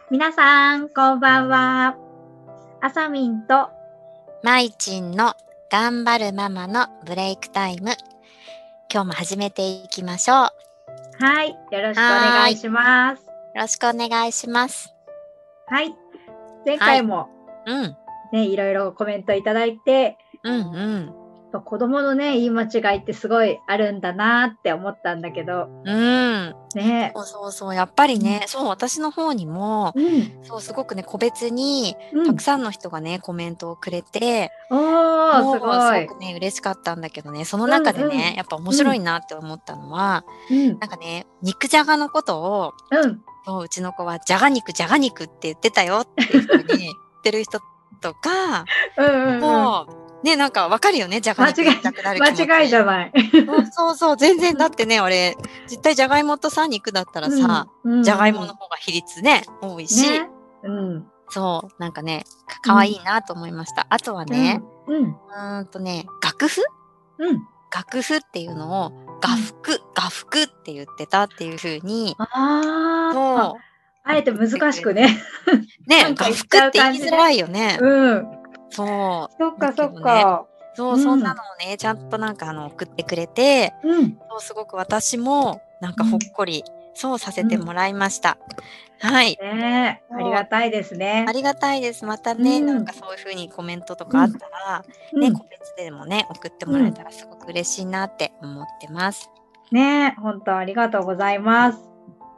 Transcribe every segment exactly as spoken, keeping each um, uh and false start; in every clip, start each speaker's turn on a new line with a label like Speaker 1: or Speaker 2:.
Speaker 1: 皆さん、こんばんは。あさみんと
Speaker 2: まいちんの頑張るママのブレイクタイム。今日も始めていきましょう。
Speaker 1: はい、よろしくお願いします。
Speaker 2: よろしくお願いします。
Speaker 1: はい、前回も、
Speaker 2: はい、うん。
Speaker 1: ね、いろいろコメントいただいて、
Speaker 2: うんうん。
Speaker 1: 子供のね、言い間違いってすごいあるんだなって思ったんだけど。
Speaker 2: うん。
Speaker 1: ね。
Speaker 2: そうそうそう、やっぱりね、うん、そう、私の方にも、
Speaker 1: うん、
Speaker 2: そう、すごくね、個別に、
Speaker 1: うん、
Speaker 2: たくさんの人がね、コメントをくれて、
Speaker 1: おー、す
Speaker 2: もう、す
Speaker 1: ごい。
Speaker 2: ごくね、嬉しかったんだけどね、その中でね、
Speaker 1: うんうん、
Speaker 2: やっぱ面白いなって思ったのは、
Speaker 1: うん、
Speaker 2: なんかね、肉じゃがのことを、
Speaker 1: うん、
Speaker 2: そう、うちの子はじゃが肉じゃが肉って言ってたよっていう風に言ってる人とか、
Speaker 1: うんうんうん。
Speaker 2: もう、ね、なんかわかるよね、じゃが
Speaker 1: 間違い、
Speaker 2: 肉言いたくなる気持ち。
Speaker 1: 間違いじゃない。
Speaker 2: そうそうそう、全然だってね、俺、絶対じゃがいもとさ、肉だったら
Speaker 1: うん、
Speaker 2: さ、
Speaker 1: うん、
Speaker 2: じゃがいも
Speaker 1: うん。
Speaker 2: の方が比率ね、多いし、
Speaker 1: ね。うん、
Speaker 2: そう、なんかね、か可
Speaker 1: うん、
Speaker 2: 愛いなと思いました。あとはね、
Speaker 1: うん、うん、
Speaker 2: うーんとね、楽譜
Speaker 1: うん。
Speaker 2: 楽譜っていうのを、画
Speaker 1: うん、
Speaker 2: 幅画幅って言ってたっていう風に、
Speaker 1: ああ、
Speaker 2: そう、
Speaker 1: あえて
Speaker 2: 言ってくれて。
Speaker 1: 難しくね。な
Speaker 2: ね、画
Speaker 1: んか言っちゃう
Speaker 2: 幅って言
Speaker 1: 感じね。
Speaker 2: いづらいよね。
Speaker 1: うん。
Speaker 2: そう。だ
Speaker 1: そっかそっ
Speaker 2: けどね、
Speaker 1: か。
Speaker 2: そう、そんな
Speaker 1: うん。
Speaker 2: のをね、ちゃんとなんかあの送ってくれて、
Speaker 1: うん。
Speaker 2: そう、すごく私もなんかほっ
Speaker 1: うん。
Speaker 2: こり、そうさせ
Speaker 1: うん。
Speaker 2: てもらいました。はい。
Speaker 1: ねえ、あり
Speaker 2: そう、
Speaker 1: がたいですね。
Speaker 2: ありがたいです。またね、なん
Speaker 1: うん。
Speaker 2: かそういう風にコメントとかあっ
Speaker 1: うん。
Speaker 2: たら、ね、
Speaker 1: うん。
Speaker 2: 個別でもね、送っても
Speaker 1: うん。
Speaker 2: らえたらすごく嬉しいなって思ってます。
Speaker 1: ねえ、ほんとありがとうございます。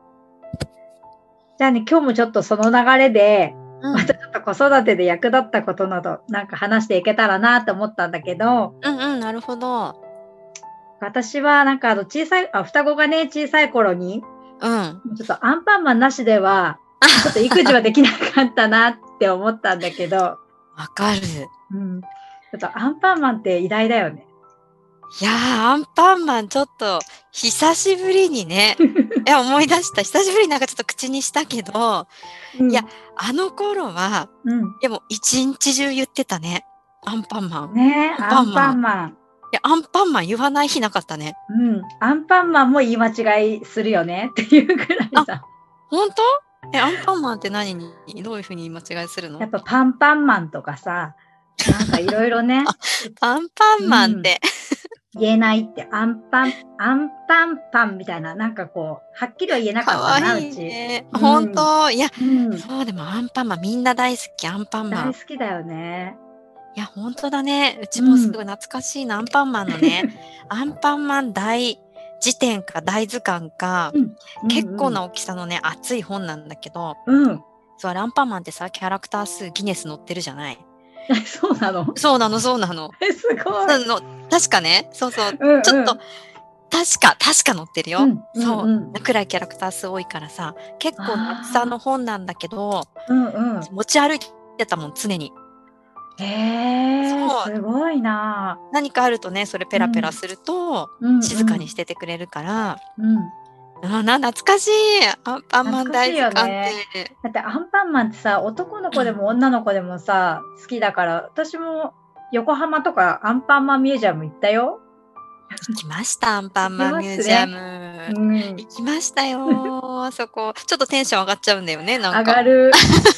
Speaker 1: じゃあね、今日もちょっとその流れで、
Speaker 2: うん。
Speaker 1: またちょっと子育てで役立ったことなど、なんか話していけたらなと思ったんだけど、
Speaker 2: うんうん、なるほど。
Speaker 1: 私はなんかあの小さいあ、双子がね、小さい頃に、
Speaker 2: うん。
Speaker 1: ちょっとアンパンマンなしでは、ちょっと育児はできなかったなって思ったんだけど、
Speaker 2: わかる。
Speaker 1: うん。ちょっとアンパンマンって偉大だよね。
Speaker 2: いやー、アンパンマンちょっと久しぶりにね、いや、思い出した。久しぶりになんかちょっと口にしたけど、いや、
Speaker 1: うん。
Speaker 2: あの頃は、
Speaker 1: うん。
Speaker 2: でも一日中言ってたね。アンパンマン。
Speaker 1: ねえ、
Speaker 2: アン
Speaker 1: アンパ
Speaker 2: パンマン。い
Speaker 1: ンマン。
Speaker 2: や、アンパンマン言わない日なかったね。
Speaker 1: うん。アンパンマンも言い間違いするよねっていうぐらい
Speaker 2: あ、
Speaker 1: さ。
Speaker 2: ほんと？え、アンパンマンって何にどういう風に言い間違いするの？
Speaker 1: やっぱパンパンマンとかさ、なんかいろいろね、
Speaker 2: あ、アンパン
Speaker 1: うん。
Speaker 2: マンって。
Speaker 1: 言えないって、アンパン、アンパンパンみたいな、なんかこう、はっきりは言えなかったな、う
Speaker 2: 可愛い
Speaker 1: ち。
Speaker 2: ね。
Speaker 1: う
Speaker 2: ほん
Speaker 1: ん。
Speaker 2: と。いや、
Speaker 1: うん。
Speaker 2: そう、でもアンパンマンみんな大好き、アンパンマン。
Speaker 1: 大好きだよね。
Speaker 2: いや、ほんとだね。うち
Speaker 1: うん。
Speaker 2: もすごい懐かしいな、アンパンマンのね、アンパンマン大辞典か大図鑑か、
Speaker 1: うん。うんうん。
Speaker 2: 結構な大きさのね、厚い本なんだけど、
Speaker 1: うん。
Speaker 2: そう、あれアンパンマンってさ、キャラクター数ギネス載ってるじゃない。
Speaker 1: え、そうなの？
Speaker 2: そうなのそうなの。
Speaker 1: え、すごい。
Speaker 2: なの、確かね、そうそう、
Speaker 1: うん
Speaker 2: ちょっと、
Speaker 1: うん。
Speaker 2: 確か確か載ってるよ。
Speaker 1: うんうん
Speaker 2: そう。
Speaker 1: うん。
Speaker 2: くらいキャラクター数多いからさ、結構な厚さ
Speaker 1: ああ、
Speaker 2: の本なんだけど、
Speaker 1: うんうん。
Speaker 2: 持ち歩いてたもん、常に。
Speaker 1: へえ、
Speaker 2: そう。
Speaker 1: すごいな。
Speaker 2: 何かあるとね、それペラペラ
Speaker 1: うん。
Speaker 2: すると、
Speaker 1: うん
Speaker 2: 静かに
Speaker 1: うん。
Speaker 2: しててくれるから、
Speaker 1: うん。
Speaker 2: ああ、な懐かしい。アンパンマン
Speaker 1: 懐かしいよ
Speaker 2: 大図鑑っ
Speaker 1: ね。
Speaker 2: て。
Speaker 1: だってアンパンマンってさ、男の子でも女の子でもさ、好きだから、私も横浜とかアンパンマンミュージアム行ったよ。
Speaker 2: 行きました、アンパン
Speaker 1: 行きま
Speaker 2: マンミュージア
Speaker 1: すね。
Speaker 2: ム。
Speaker 1: うん。
Speaker 2: 行きましたよ、あそこ。ちょっとテンション上がっちゃうんだよね、なん
Speaker 1: 上
Speaker 2: か。
Speaker 1: がる。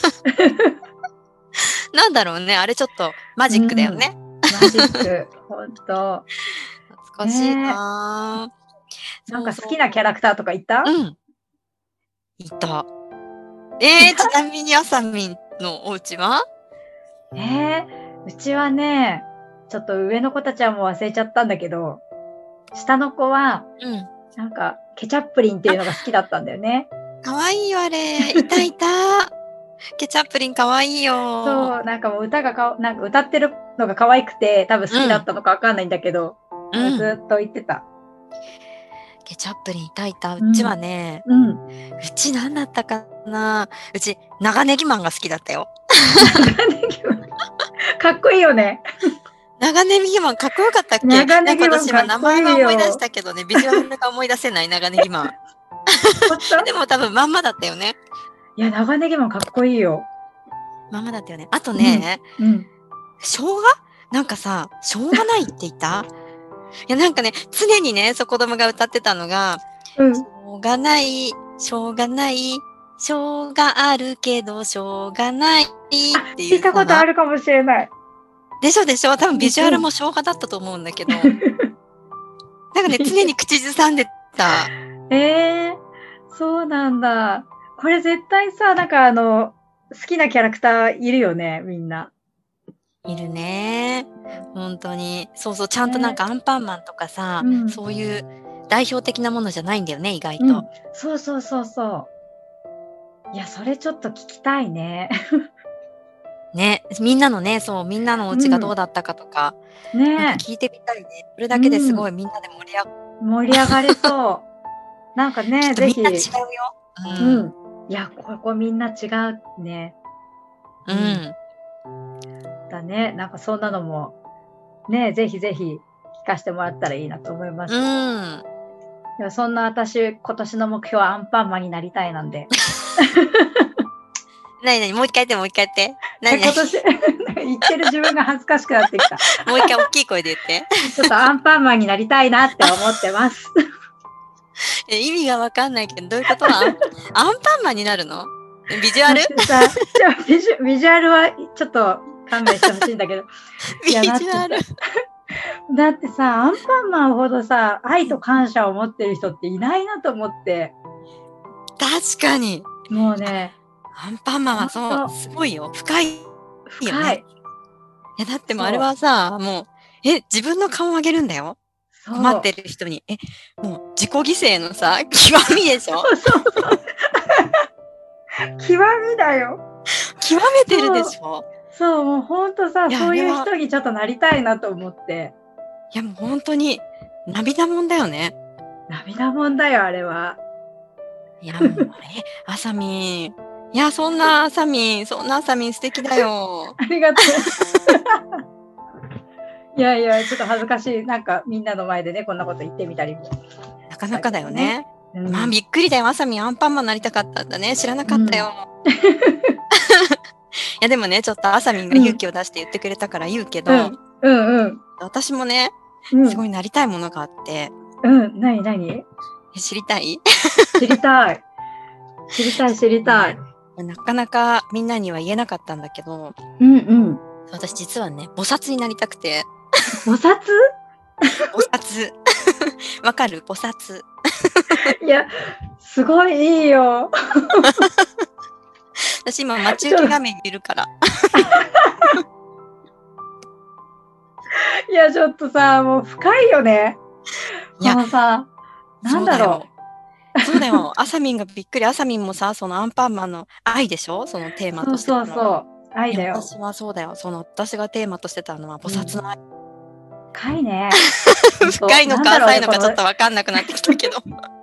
Speaker 2: なんだろうね、あれちょっとマジックだよ
Speaker 1: うん。
Speaker 2: ね。
Speaker 1: マジック、ほんと。
Speaker 2: 懐かしい
Speaker 1: ねえ。
Speaker 2: な。
Speaker 1: なん
Speaker 2: そうそ
Speaker 1: か好きなキャラクターとかいた？
Speaker 2: う。うん、いた。ええ、ち
Speaker 1: いた？
Speaker 2: なみにあさみんのお家は？
Speaker 1: ええ、うちはね、ちょっと上の子たちはもう忘れちゃったんだけど、下の子は、
Speaker 2: うん。
Speaker 1: なんか、ケチャップリンっていうのが好きだったんだよね。
Speaker 2: 可愛いよあれ。いたいた。ケチャップリン可愛いよ。
Speaker 1: そう、なんかもう歌がかなんか歌ってるのが可愛くて、多分好きだ
Speaker 2: うん、
Speaker 1: ったのかわかんないんだけど、
Speaker 2: うん。
Speaker 1: ずっと言ってた。
Speaker 2: ケチャップリンいたいた。うち
Speaker 1: うん。
Speaker 2: はね、
Speaker 1: うん。
Speaker 2: うち何だったかな。うち、長ネギマンが好きだったよ。
Speaker 1: 長ネギマン。かっこいいよね。
Speaker 2: 長ネギマンかっこよかったっけ？
Speaker 1: 長ネ
Speaker 2: なんか
Speaker 1: ギマンか
Speaker 2: 私今名
Speaker 1: っこいい
Speaker 2: 前は思い出し
Speaker 1: よ。
Speaker 2: たけどね、ビジュアルが思い出せない長ネギマン。
Speaker 1: ほんと？
Speaker 2: でも多分まんまだったよね。
Speaker 1: いや、長ネギマンかっこいいよ。
Speaker 2: まんまだったよね。あと
Speaker 1: うん。
Speaker 2: ね、
Speaker 1: うん。
Speaker 2: 生姜なんかさ、しょうがないって言った？いやなんかね、常にね、そう子供が歌ってたのが、
Speaker 1: うん。
Speaker 2: しょうがない、しょうがない、 しょうがあるけどしょうがないっていう。
Speaker 1: 聞いたことあるかもしれない。
Speaker 2: でしょでしょ。多分ビジュアルも生姜だったと思うんだけど。なんかね、常に口ずさんでた。
Speaker 1: えー、そうなんだ。これ絶対さ、なんかあの、好きなキャラクターいるよね、みんな。
Speaker 2: いるね。本当に。そうそう、ちゃんとなんかアンパンマンとかさ、
Speaker 1: うん、
Speaker 2: そういう代表的なものじゃないんだよね、意外と。
Speaker 1: うん、そうそうそうそう。いや、それちょっと聞きたいね。
Speaker 2: ね、みんなのね、そう、みんなのお家がどうだったかとか、
Speaker 1: うん、ね
Speaker 2: なんか聞いてみたいね。それだけですごいみんなで盛り上が
Speaker 1: 盛り上がれそう。なんかね、ぜひ。
Speaker 2: みんな違うよ。
Speaker 1: うん。うん、いや、ここみんな違うね。
Speaker 2: うん。うん
Speaker 1: だね。なんかそんなのも、ね、ぜひぜひ聞かせてもらったらいいなと思います。
Speaker 2: うん。
Speaker 1: でもそんな私、今年の目標はアンパンマンになりたいなんで。
Speaker 2: なになにもう一回言って、もう一回言って。何
Speaker 1: 今年、言ってる自分が恥ずかしくなってきた。
Speaker 2: もう一回大きい声で言って。
Speaker 1: ちょっとアンパンマンになりたいなって思ってます。
Speaker 2: 意味がわかんないけど、どういうことはアンパンマンになるの？ビジュアル？
Speaker 1: さビジュビジュアルはちょっと勘弁してほしいんだけど。
Speaker 2: ビジュアル。
Speaker 1: だってさ、アンパンマンほどさ、愛と感謝を持ってる人っていないなと思って。
Speaker 2: 確かに。
Speaker 1: もうね。
Speaker 2: アンパンマンはそう、すごいよ。深いよね。
Speaker 1: 深い。
Speaker 2: いや、だってもうあれはさ、もう、え、自分の顔をあげるんだよ。困ってる人に。え、もう自己犠牲のさ、極みでしょ？
Speaker 1: そうそうそう。極みだよ。
Speaker 2: 極めてるでしょ？
Speaker 1: そう、もうほんとさ、そういう人にちょっとなりたいなと思って。
Speaker 2: いや、もうほんとに、涙もんだよね。
Speaker 1: 涙もんだよ、あれは。
Speaker 2: いや、もう、え、あさみん。いや、そんなあさみん、そんなあさみん素敵だよ。
Speaker 1: ありがとう。いやいや、ちょっと恥ずかしい。なんかみんなの前でね、こんなこと言ってみたりも。
Speaker 2: なかなかだよね。
Speaker 1: うん、
Speaker 2: まあびっくりだよ。あさみんアンパンマンになりたかったんだね。知らなかったよ。うん、いやでもね、ちょっとあさみんが勇気を出して言ってくれたから言うけど、うん、
Speaker 1: うんうん、
Speaker 2: 私もね、すごいなりたいものがあって。
Speaker 1: うん、なになに？
Speaker 2: 知りたい？
Speaker 1: 知りたい。知りたい知りたい。
Speaker 2: なかなかみんなには言えなかったんだけど、
Speaker 1: うんうん。
Speaker 2: 私実はね、菩薩になりたくて。
Speaker 1: 菩薩？
Speaker 2: 菩薩。わかる？菩薩。
Speaker 1: いや、すごいいいよ。
Speaker 2: 私今待ち受け画面にいるから。
Speaker 1: いや、ちょっとさ、もう深いよね。いや、さ、なんだろ
Speaker 2: う。そうだよ。あさみんがびっくり。あさみんもさ、そのアンパンマンの愛でしょ？そのテーマとしてたの。
Speaker 1: そうそうそう。愛だよ。
Speaker 2: 私はそうだよ。その私がテーマとしてたのは菩薩の愛。
Speaker 1: 深いね。
Speaker 2: 深いのか浅いのかちょっとわかんなくなってきたけど。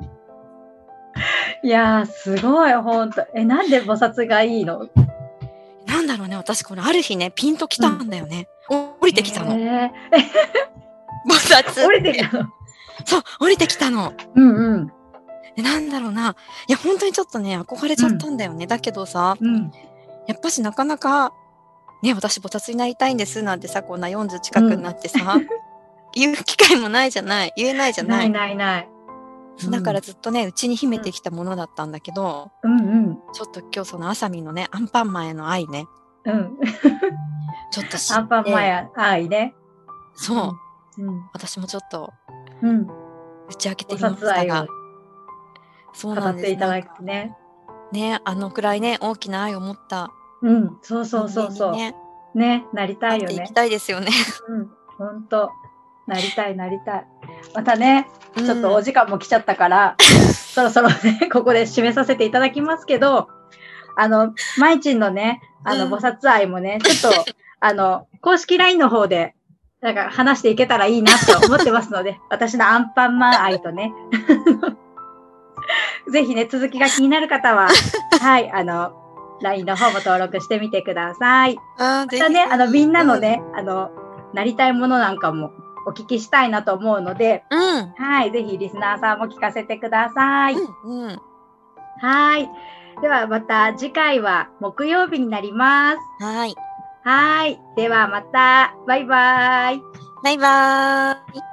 Speaker 1: いやー、すごい、ほんと。え、なんで菩薩がいいの？
Speaker 2: なんだろうね、私これある日ね、ピンときたんだよね。うん、降りてきたの。菩薩。
Speaker 1: 降りてきたの。
Speaker 2: そう、降りてきたの。
Speaker 1: うんうん。
Speaker 2: なんだろうな。いや、本当にちょっとね、憧れちゃったんだよね。うん、だけどさ、うん、やっぱしなかなか、ね、私菩薩になりたいんですなんてさ、こんなよんじゅう近くになってさ、うん、言う機会もないじゃない。言えないじゃない。
Speaker 1: ないないない。
Speaker 2: だからずっとね、うちに秘めてきたものだったんだけど、
Speaker 1: うんうん、
Speaker 2: ちょっと今日そのあさみんのね、アンパンマンへの愛ね。
Speaker 1: うん。
Speaker 2: ちょっと知って。
Speaker 1: アンパンマンへ愛ね。
Speaker 2: そう。うん、私もちょっと、
Speaker 1: うん、
Speaker 2: 打ち明けてみましたが。
Speaker 1: そうなんです。語っていただいてね。
Speaker 2: ね、あのくらいね、大きな愛を持った。
Speaker 1: うん、そうそうそうそう。ね、ね、なりたいよね。
Speaker 2: 行きたいですよね。
Speaker 1: うん、本当。なりたいなりたい。またね、ちょっとお時間も来ちゃったから、うん、そろそろね、ここで締めさせていただきますけど、あの、まいちんのね、あの、菩薩愛もね、ちょっと、あの、公式 ライン の方で、なんか話していけたらいいなと思ってますので、私のアンパンマン愛とね。ぜひね、続きが気になる方は、はい、あの、ライン の方も登録してみてください。またね、あの、みんなのね、あの、なりたいものなんかもお聞きしたいなと思うので、うん、はい、ぜひリスナーさんも聞かせてください。うんうん、はい。ではまた次回は木曜日になります。
Speaker 2: はい。
Speaker 1: はい。ではまた、バイバーイ。
Speaker 2: バイバーイ。